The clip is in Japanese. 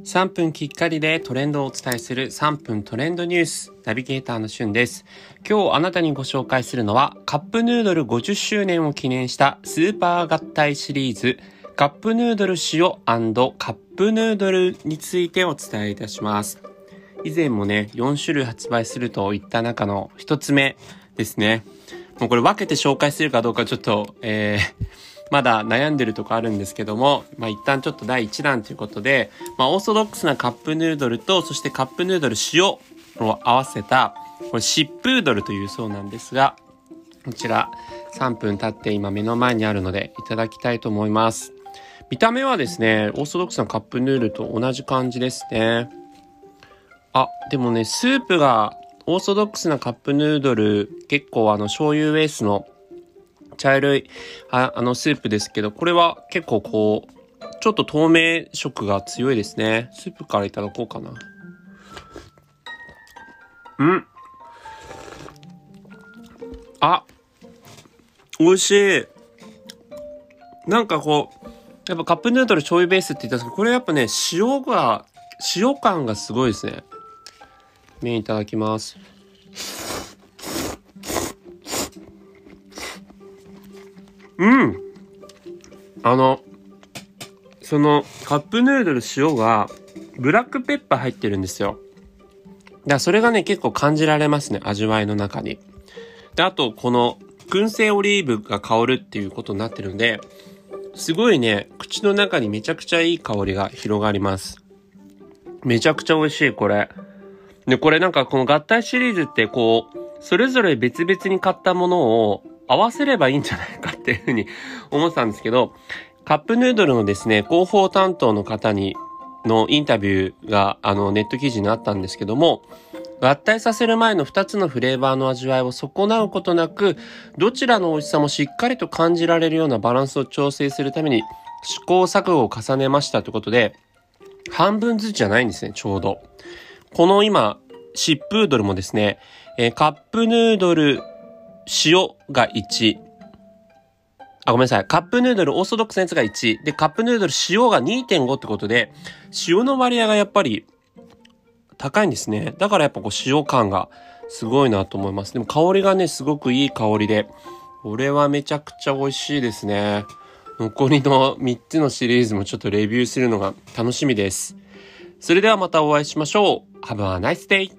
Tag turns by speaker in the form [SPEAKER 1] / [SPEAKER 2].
[SPEAKER 1] 3分きっかりでトレンドをお伝えする3分トレンドニュースナビゲーターのしゅんです。今日あなたにご紹介するのはカップヌードル50周年を記念したスーパー合体シリーズカップヌードル塩&カップヌードルについてお伝えいたします。以前もね4種類発売するといった中の1つ目ですね。もうこれ分けて紹介するかどうかちょっとまだ悩んでるとこあるんですけども、一旦ちょっと第1弾ということで、オーソドックスなカップヌードルと、そしてカップヌードル塩を合わせた、これシップードルというそうなんですが、こちら3分経って今目の前にあるのでいただきたいと思います。見た目はですね、オーソドックスなカップヌードルと同じ感じですね。でもね、スープがオーソドックスなカップヌードル、結構醤油ベースの茶色いスープですけど、これは結構ちょっと透明色が強いですね。スープからいただこうかな。美味しい。なんかやっぱカップヌードル醤油ベースって言ったんですけど、これやっぱね、塩感がすごいですね。麺いただきます。そのカップヌードル塩がブラックペッパー入ってるんですよ。だからそれがね結構感じられますね、味わいの中に。で、あとこの燻製オリーブが香るっていうことになってるんで、すごいね口の中にめちゃくちゃいい香りが広がります。めちゃくちゃ美味しいこれ。で、これなんかこの合体シリーズってそれぞれ別々に買ったものを合わせればいいんじゃないかっていうふうに思ってたんですけど、カップヌードルのですね、広報担当の方のインタビューがネット記事にあったんですけども、合体させる前の2つのフレーバーの味わいを損なうことなく、どちらの美味しさもしっかりと感じられるようなバランスを調整するために試行錯誤を重ねましたということで、半分ずつじゃないんですね、ちょうど。この今、シップードルもですね、カップヌードル塩が1、ごめんなさい。カップヌードルオーソドックスのやつが1。で、カップヌードル塩が 2.5 ってことで、塩の割合がやっぱり高いんですね。だからやっぱ塩感がすごいなと思います。でも香りがね、すごくいい香りで、これはめちゃくちゃ美味しいですね。残りの3つのシリーズもちょっとレビューするのが楽しみです。それではまたお会いしましょう。Have a nice day!